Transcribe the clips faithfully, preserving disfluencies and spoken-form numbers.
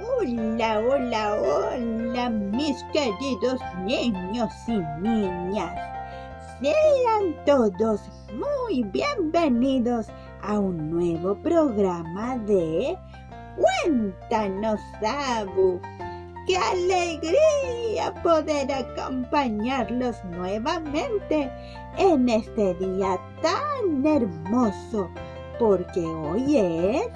Hola, hola, hola, mis queridos niños y niñas. Sean todos muy bienvenidos a un nuevo programa de Cuéntanos, Abu. ¡Qué alegría poder acompañarlos nuevamente en este día tan hermoso! Porque hoy es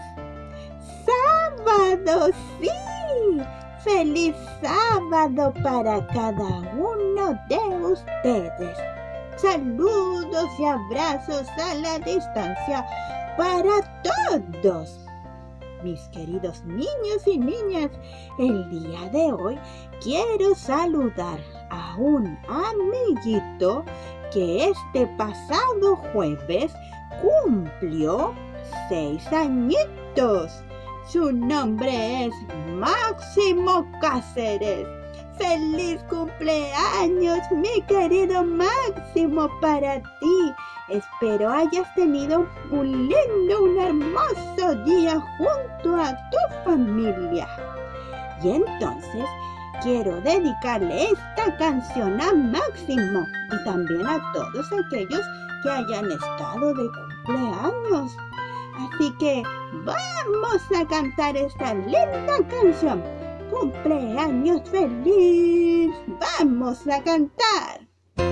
sábado, sí. ¡Feliz sábado para cada uno de ustedes! Saludos y abrazos a la distancia para todos. Mis queridos niños y niñas, el día de hoy quiero saludar a un amiguito que este pasado jueves cumplió seis añitos. Su nombre es Máximo Cáceres. ¡Feliz cumpleaños, mi querido Máximo, para ti! Espero hayas tenido un lindo, un hermoso día junto a tu familia. Y entonces quiero dedicarle esta canción a Máximo y también a todos aquellos que hayan estado de cumpleaños. Así que vamos a cantar esta linda canción. ¡Cumpleaños feliz! ¡Vamos a cantar!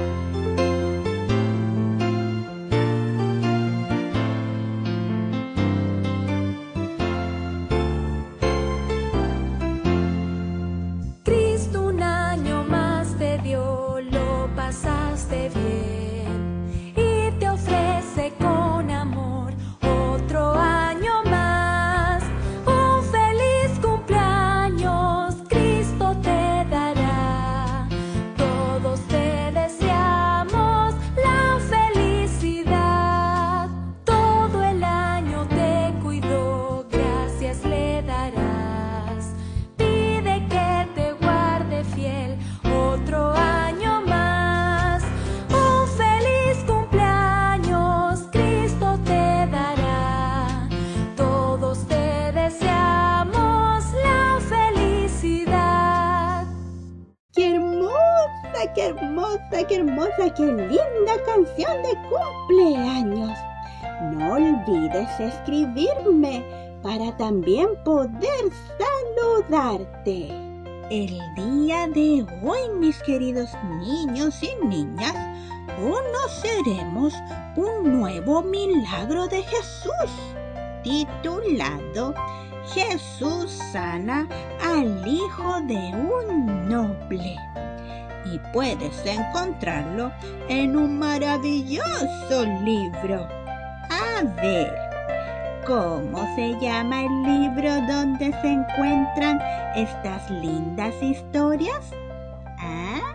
Cristo un año más te dio, lo pasaste bien y te ofrece con amor otro año más. Un feliz cumpleaños Cristo te dará. Todos te deseamos la felicidad. Todo el año te cuidó, gracias le darás. Pide que te guarde fiel otro año más. Un feliz cumpleaños Cristo te dará. Todos te deseamos la felicidad. ¡Qué hermosa, qué hermosa, qué hermosa, qué linda canción de cumpleaños! No olvides escribirme para también poder saludarte. El día de hoy, mis queridos niños y niñas, conoceremos un nuevo milagro de Jesús, titulado Jesús sana al hijo de un noble. Y puedes encontrarlo en un maravilloso libro. A ver, ¿cómo se llama el libro donde se encuentran estas lindas historias? ¿Ah?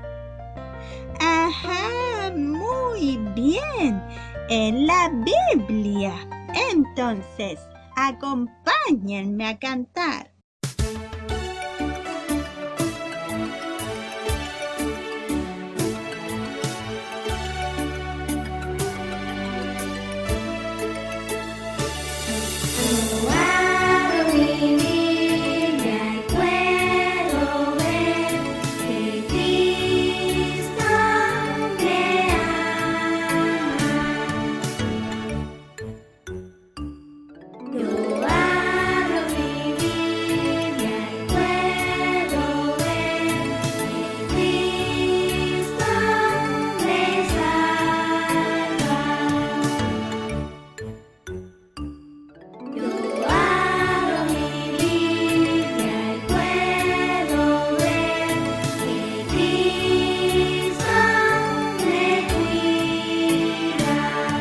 ¡Ajá! Muy bien. En la Biblia. Entonces, acompáñenme a cantar. Abro mi Biblia y puedo ver que Cristo me ama. Yo abro mi Biblia y puedo ver que Cristo me salva. Yo abro mi Biblia y puedo ver que Cristo me cuida.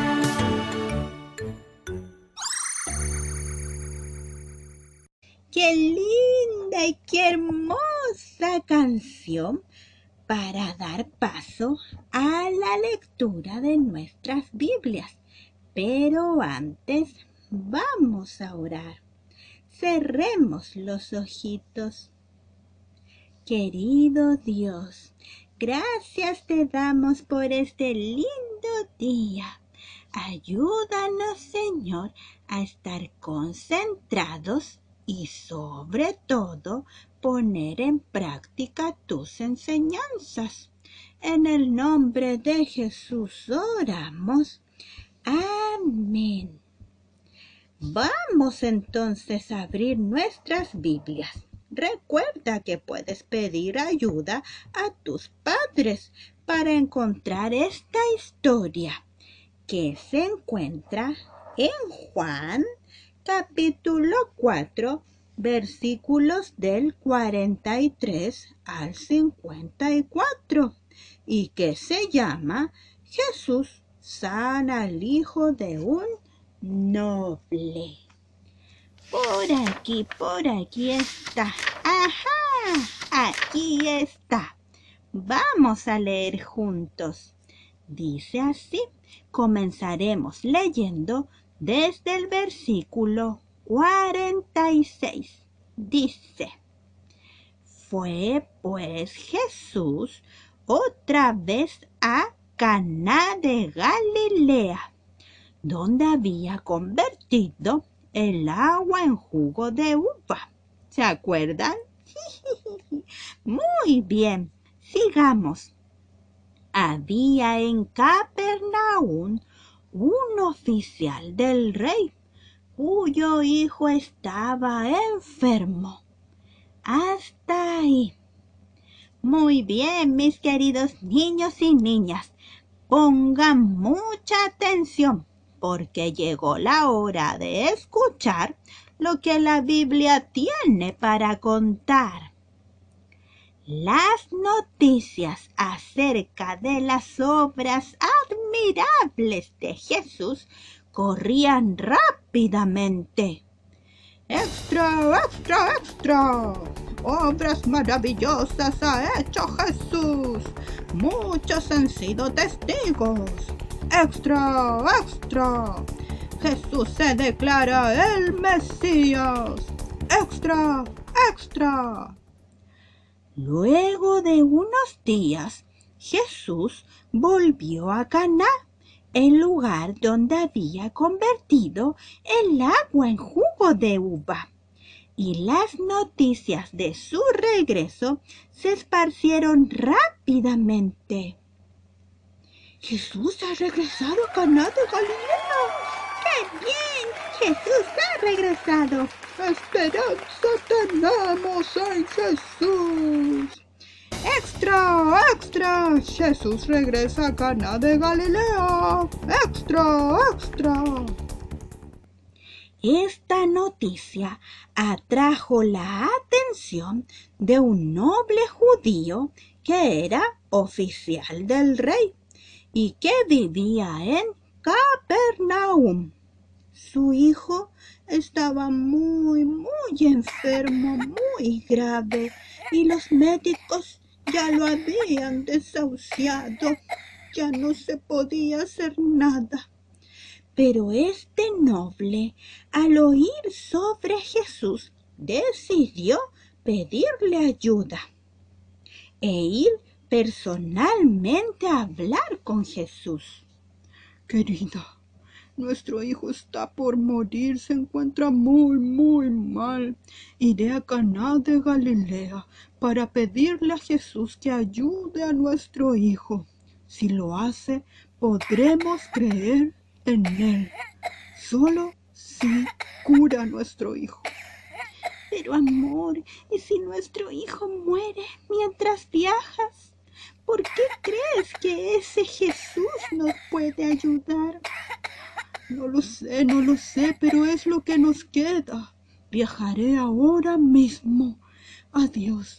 ¡Qué linda y qué hermosa canción para dar paso a la lectura de nuestras Biblias! Pero antes vamos a orar. Cerremos los ojitos. Querido Dios, gracias te damos por este lindo día. Ayúdanos, Señor, a estar concentrados y sobre todo poner en práctica tus enseñanzas. En el nombre de Jesús oramos. Amén. Vamos entonces a abrir nuestras Biblias. Recuerda que puedes pedir ayuda a tus padres para encontrar esta historia que se encuentra en Juan capítulo cuatro, versículos del cuarenta y tres al cincuenta y cuatro, y que se llama Jesús sana al hijo de un noble. Por aquí, por aquí está. ¡Ajá! Aquí está. Vamos a leer juntos. Dice así. Comenzaremos leyendo desde el versículo cuarenta y seis. Dice: Fue pues Jesús otra vez a Caná de Galilea, donde había convertido el agua en jugo de uva. ¿Se acuerdan? Muy bien, sigamos. Había en Capernaum un oficial del rey, cuyo hijo estaba enfermo. Hasta ahí. Muy bien, mis queridos niños y niñas, pongan mucha atención, porque llegó la hora de escuchar lo que la Biblia tiene para contar. Las noticias acerca de las obras admirables de Jesús corrían rápidamente. ¡Extra, extra, extra! ¡Obras maravillosas ha hecho Jesús! ¡Muchos han sido testigos! ¡Extra, extra! ¡Jesús se declara el Mesías! ¡Extra, extra! Luego de unos días, Jesús volvió a Caná, el lugar donde había convertido el agua en jugo de uva, y las noticias de su regreso se esparcieron rápidamente. ¡Jesús ha regresado a Caná de Galilea! ¡Qué bien! ¡Jesús ha regresado! ¡Esperanza tenemos en Jesús! ¡Extra, extra! ¡Jesús regresa a Caná de Galilea! ¡Extra, extra! Esta noticia atrajo la atención de un noble judío que era oficial del rey y que vivía en Capernaum. Su hijo estaba muy, muy enfermo, muy grave, y los médicos ya lo habían desahuciado. Ya no se podía hacer nada. Pero este noble, al oír sobre Jesús, decidió pedirle ayuda e ir personalmente a hablar con Jesús. Querida, nuestro hijo está por morir, se encuentra muy, muy mal. Iré a Caná de Galilea para pedirle a Jesús que ayude a nuestro hijo. Si lo hace, podremos creer en él, solo si cura a nuestro hijo. Pero amor, ¿y si nuestro hijo muere mientras viajas? ¿Por qué crees que ese Jesús nos puede ayudar? No lo sé, no lo sé, pero es lo que nos queda. Viajaré ahora mismo. Adiós.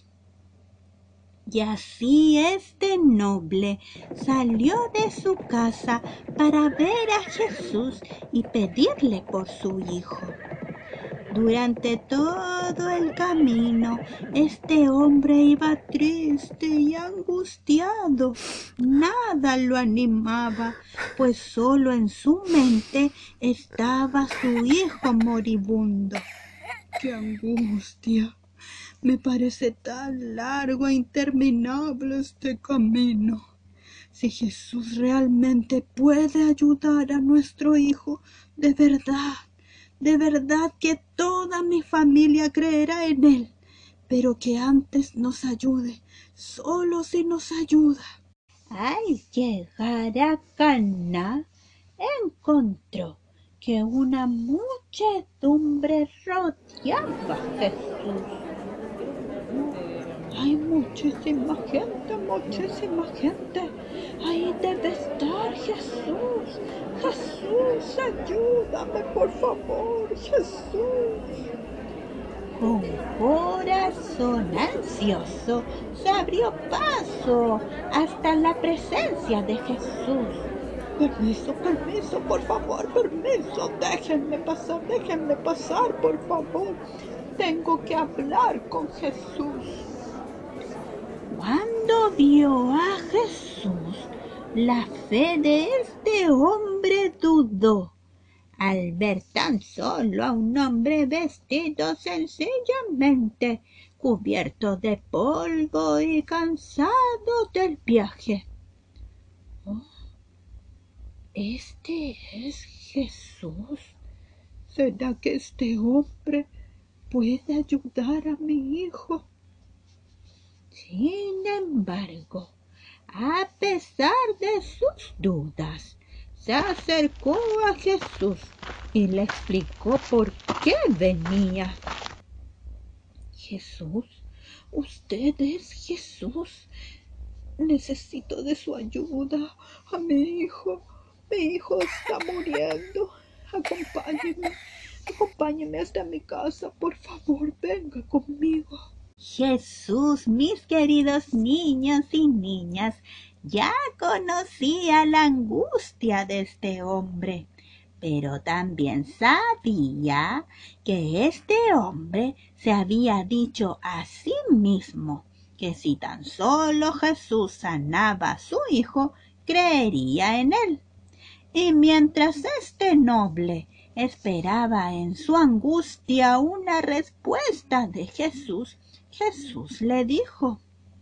Y así este noble salió de su casa para ver a Jesús y pedirle por su hijo. Durante todo el camino, este hombre iba triste y angustiado. Nada lo animaba, pues solo en su mente estaba su hijo moribundo. ¡Qué angustia! Me parece tan largo e interminable este camino. Si Jesús realmente puede ayudar a nuestro hijo, de verdad, De verdad que toda mi familia creerá en Él, pero que antes nos ayude, solo si nos ayuda. Al llegar a Caná, encontró que una muchedumbre rodeaba a Jesús. Hay muchísima gente, muchísima gente. Ahí debe estar Jesús. Jesús, ayúdame, por favor, Jesús. Con corazón ansioso se abrió paso hasta la presencia de Jesús. Permiso, permiso, por favor, permiso. Déjenme pasar, déjenme pasar, por favor. Tengo que hablar con Jesús. Cuando vio a Jesús, la fe de este hombre dudó. Al ver tan solo a un hombre vestido sencillamente, cubierto de polvo y cansado del viaje. Oh, ¿este es Jesús? ¿Será que este hombre puede ayudar a mi hijo? Sin embargo, a pesar de sus dudas, se acercó a Jesús y le explicó por qué venía. Jesús, usted es Jesús. Necesito de su ayuda. A mi hijo, mi hijo está muriendo. Acompáñeme, acompáñeme hasta mi casa, por favor, venga conmigo. Jesús, mis queridos niños y niñas, ya conocía la angustia de este hombre, pero también sabía que este hombre se había dicho a sí mismo que si tan solo Jesús sanaba a su hijo, creería en él. Y mientras este noble esperaba en su angustia una respuesta de Jesús, Jesús le dijo: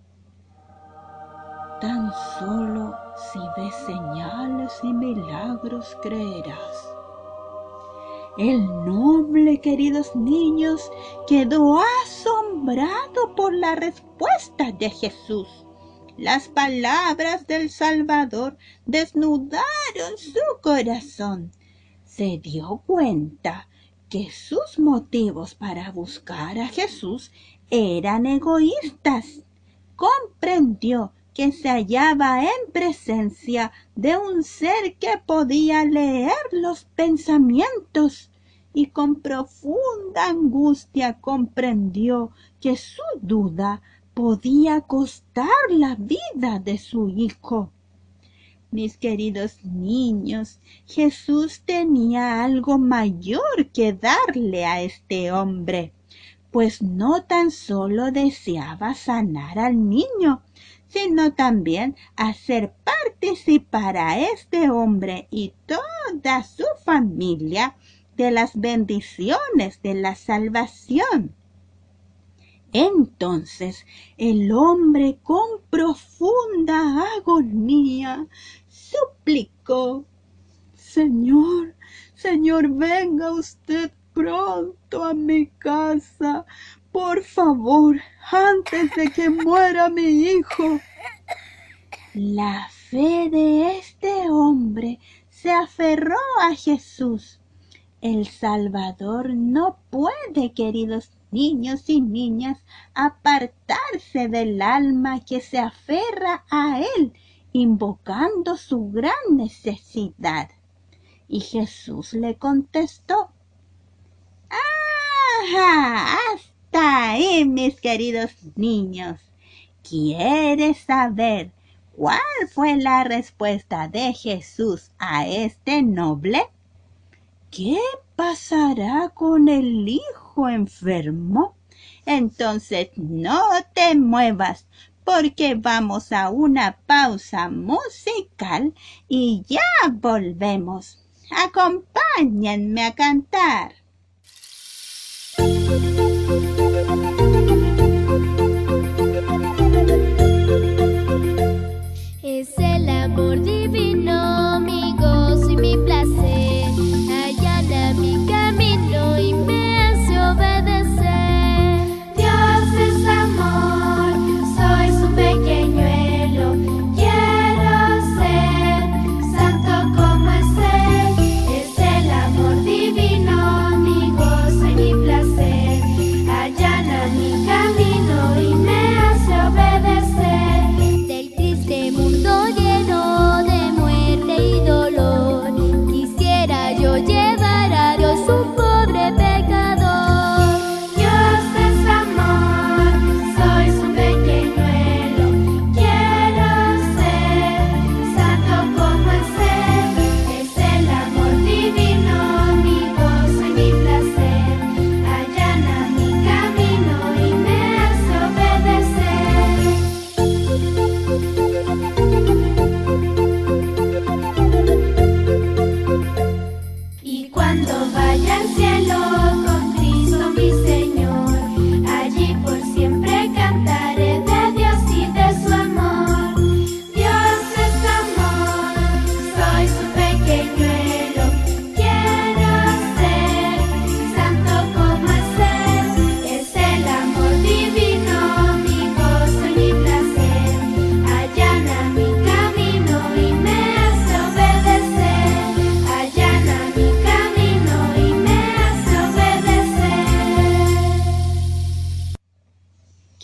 tan solo si ves señales y milagros creerás. El noble, queridos niños, quedó asombrado por la respuesta de Jesús. Las palabras del Salvador desnudaron su corazón. Se dio cuenta que sus motivos para buscar a Jesús eran egoístas. Comprendió que se hallaba en presencia de un ser que podía leer los pensamientos, y con profunda angustia comprendió que su duda podía costar la vida de su hijo. Mis queridos niños, Jesús tenía algo mayor que darle a este hombre, pues no tan solo deseaba sanar al niño, sino también hacer participar a este hombre y toda su familia de las bendiciones de la salvación. Entonces el hombre, con profunda agonía, suplicó: Señor, Señor, venga usted pronto a mi casa, por favor, antes de que muera mi hijo. La fe de este hombre se aferró a Jesús. El Salvador no puede, queridos niños y niñas, apartarse del alma que se aferra a Él, invocando su gran necesidad. Y Jesús le contestó: ¡Ajá! Hasta ahí, mis queridos niños. ¿Quieres saber cuál fue la respuesta de Jesús a este noble? ¿Qué pasará con el hijo enfermo? Entonces no te muevas, porque vamos a una pausa musical y ya volvemos. Acompáñenme a cantar. Es el amor divino, mi gozo y mi placer, allana mi camino.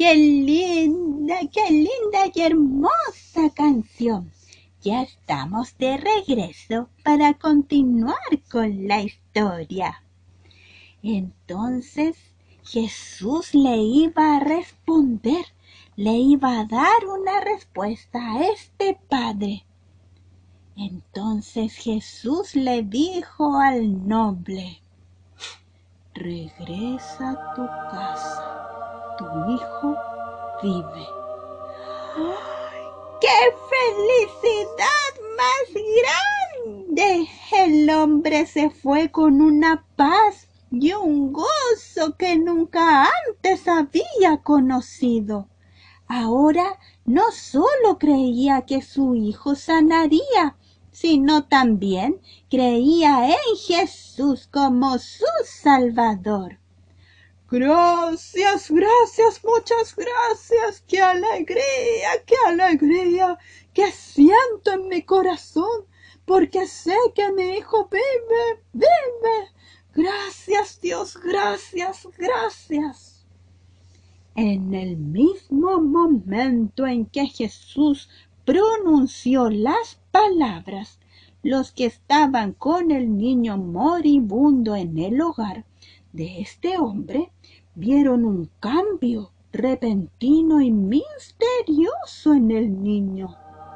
¡Qué linda, qué linda y hermosa canción! Ya estamos de regreso para continuar con la historia. Entonces Jesús le iba a responder, le iba a dar una respuesta a este padre. Entonces Jesús le dijo al noble: regresa a tu casa, tu hijo vive. ¡Ay, qué felicidad más grande! El hombre se fue con una paz y un gozo que nunca antes había conocido. Ahora no solo creía que su hijo sanaría, sino también creía en Jesús como su Salvador. Gracias, gracias, muchas gracias. ¡Qué alegría, qué alegría que siento en mi corazón! Porque sé que mi hijo vive, vive. Gracias, Dios, gracias, gracias. En el mismo momento en que Jesús pronunció las palabras, los que estaban con el niño moribundo en el hogar de este hombre vieron un cambio repentino y misterioso en el niño.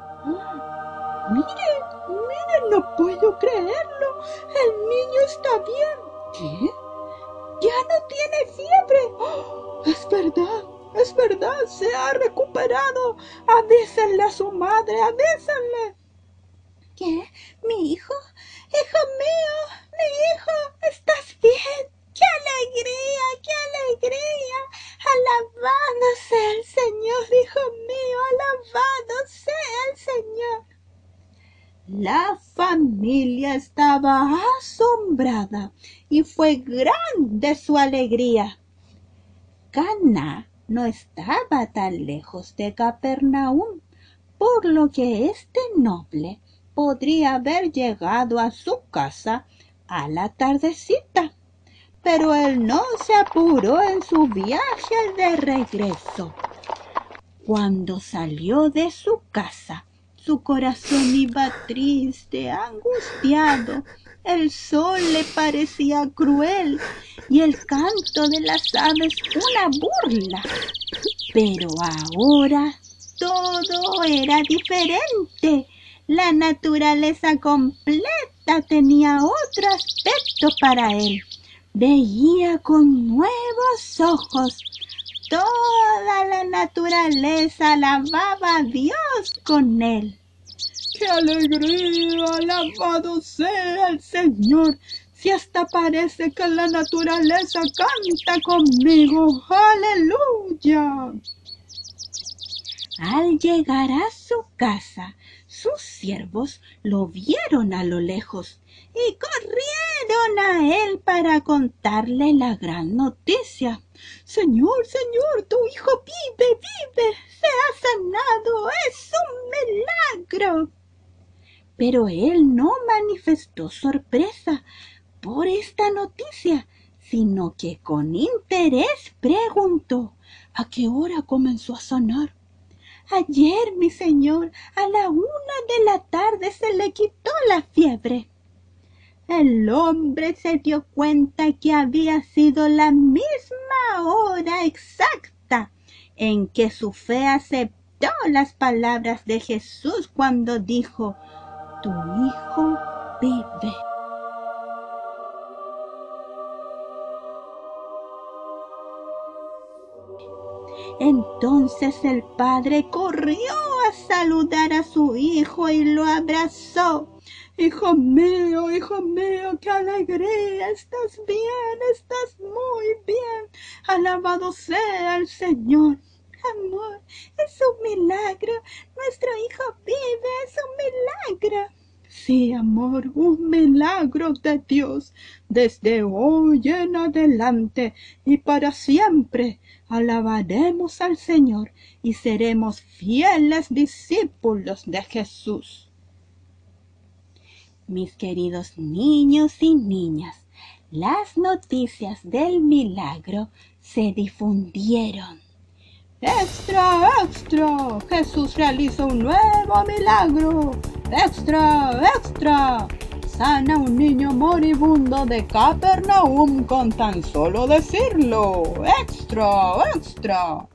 ¡Oh! ¡Miren, miren! No puedo creerlo. El niño está bien. ¿Qué? ¡Ya no tiene fiebre! ¡Oh! Es verdad, es verdad, se ha recuperado. Avísenle a su madre, avísenle. ¿Qué? ¿Mi hijo? ¡Hijo mío! ¡Mi hijo! ¿Estás bien? ¡Qué alegría! ¡Qué alegría! ¡Alabado sea el Señor, hijo mío! ¡Alabado sea el Señor! La familia estaba asombrada y fue grande su alegría. Caná no estaba tan lejos de Capernaum, por lo que este noble podría haber llegado a su casa a la tardecita, pero él no se apuró en su viaje de regreso. Cuando salió de su casa, su corazón iba triste, angustiado. El sol le parecía cruel y el canto de las aves una burla. Pero ahora todo era diferente. La naturaleza completa tenía otro aspecto para él. Veía con nuevos ojos. Toda la naturaleza alababa a Dios con él. ¡Qué alegría! ¡Alabado sea el Señor! Si hasta parece que la naturaleza canta conmigo. ¡Aleluya! Al llegar a su casa, sus siervos lo vieron a lo lejos y corrieron a él para contarle la gran noticia. Señor, Señor, tu hijo vive, vive, se ha sanado, es un milagro. Pero él no manifestó sorpresa por esta noticia, sino que con interés preguntó: ¿a qué hora comenzó a sanar? Ayer, mi señor, a la una de la tarde se le quitó la fiebre. El hombre se dio cuenta que había sido la misma hora exacta en que su fe aceptó las palabras de Jesús cuando dijo: tu hijo vive. Entonces el padre corrió a saludar a su hijo y lo abrazó. Hijo mío, hijo mío, qué alegría, estás bien, estás muy bien. Alabado sea el Señor. Amor, es un milagro, nuestro hijo vive, es un milagro. Sí, amor, un milagro de Dios, desde hoy en adelante y para siempre. Alabaremos al Señor y seremos fieles discípulos de Jesús. Mis queridos niños y niñas, las noticias del milagro se difundieron, ¡Extra, extra! Jesús realiza un nuevo milagro. ¡Extra, extra! Sana un niño moribundo de Capernaum con tan solo decirlo. ¡Extra, extra!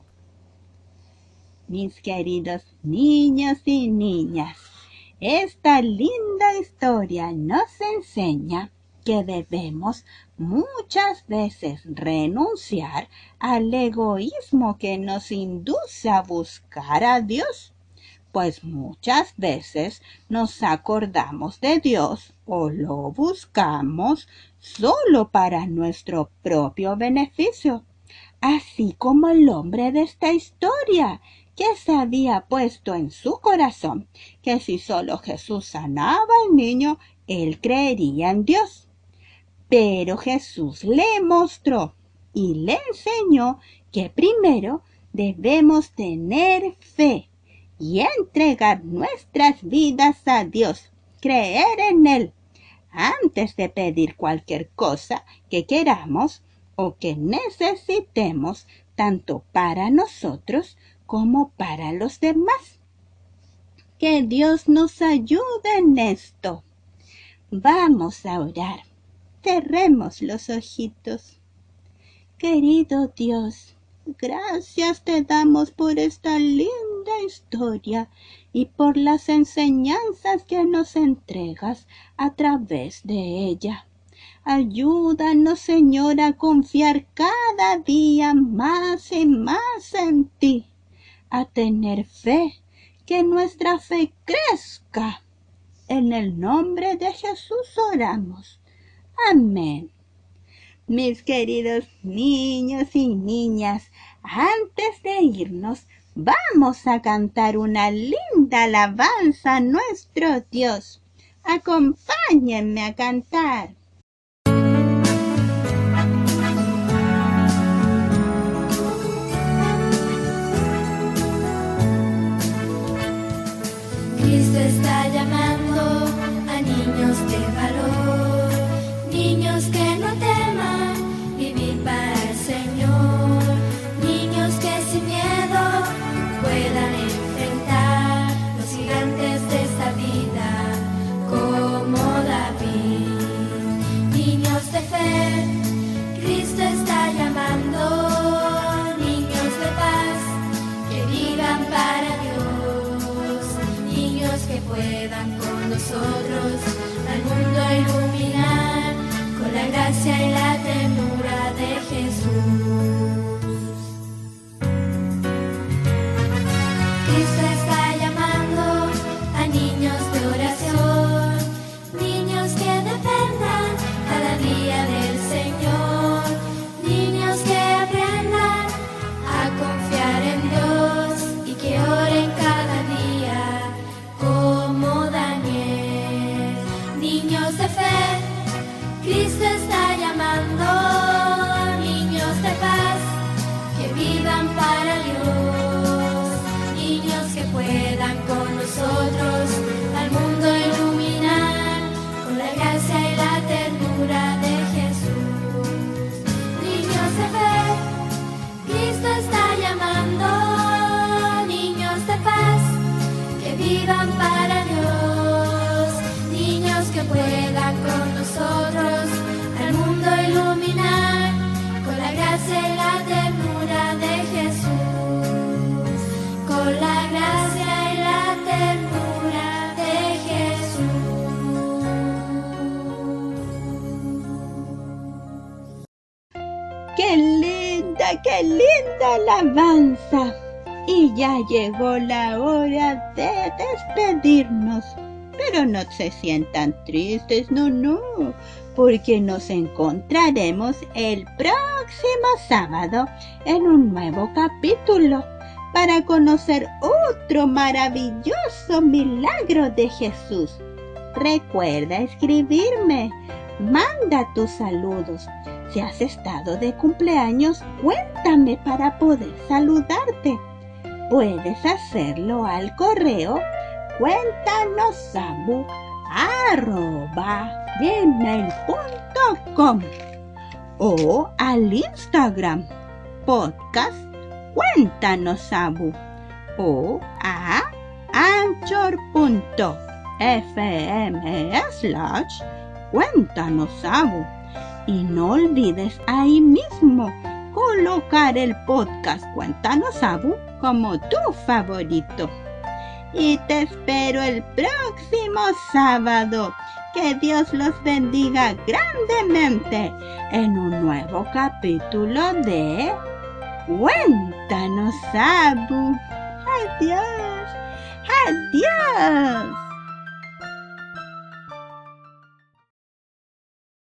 Mis queridos niños y niñas, esta linda historia nos enseña que debemos muchas veces renunciar al egoísmo que nos induce a buscar a Dios, pues muchas veces nos acordamos de Dios o lo buscamos solo para nuestro propio beneficio, así como el hombre de esta historia, que se había puesto en su corazón que si solo Jesús sanaba al niño, él creería en Dios. Pero Jesús le mostró y le enseñó que primero debemos tener fe y entregar nuestras vidas a Dios, creer en Él, antes de pedir cualquier cosa que queramos o que necesitemos, tanto para nosotros como para los demás. Que Dios nos ayude en esto. Vamos a orar. Cerremos los ojitos. Querido Dios, gracias te damos por esta linda historia y por las enseñanzas que nos entregas a través de ella. Ayúdanos, Señor, a confiar cada día más y más en ti, a tener fe, que nuestra fe crezca. En el nombre de Jesús oramos. Amén. Mis queridos niños y niñas, antes de irnos, vamos a cantar una linda alabanza a nuestro Dios. Acompáñenme a cantar. Cristo está llamando a niños de valor, niños que no teman vivir para el Señor, niños que sin miedo puedan enfrentar los gigantes de esta vida como David. Niños de fe, Cristo está llamando, niños de paz que vivan para Dios, niños que puedan con nosotros al mundo iluminar con la gracia y la ternura de Jesús. Cristo está llamando a niños de oración, niños que dependan cada día del Señor, niños que aprendan a confiar en Dios y que oren cada día como Daniel. Niños de fe, Cristo está llamando, niños de paz que vivan para Dios, niños que puedan con nosotros al mundo iluminar con la gracia y la ternura de Jesús. Niños de fe, Cristo está llamando, niños de paz que vivan para Dios, niños que puedan con nosotros al mundo iluminar con la gracia y la ternura de Jesús, con la gracia y la ternura de Jesús. ¡Qué linda, qué linda alabanza! Y ya llegó la hora de despedirnos. Pero no se sientan tristes, no, no, porque nos encontraremos el próximo sábado en un nuevo capítulo para conocer otro maravilloso milagro de Jesús. Recuerda escribirme, manda tus saludos. Si has estado de cumpleaños, cuéntame para poder saludarte. Puedes hacerlo al correo cuéntanosabu arroba gmail punto com o al Instagram podcast Cuéntanos Abu o a anchor punto fm slash Cuéntanos Abu. Y no olvides ahí mismo colocar el podcast Cuéntanos Abu como tu favorito. Y te espero el próximo sábado. Que Dios los bendiga grandemente en un nuevo capítulo de Cuéntanos Abu. Adiós, adiós.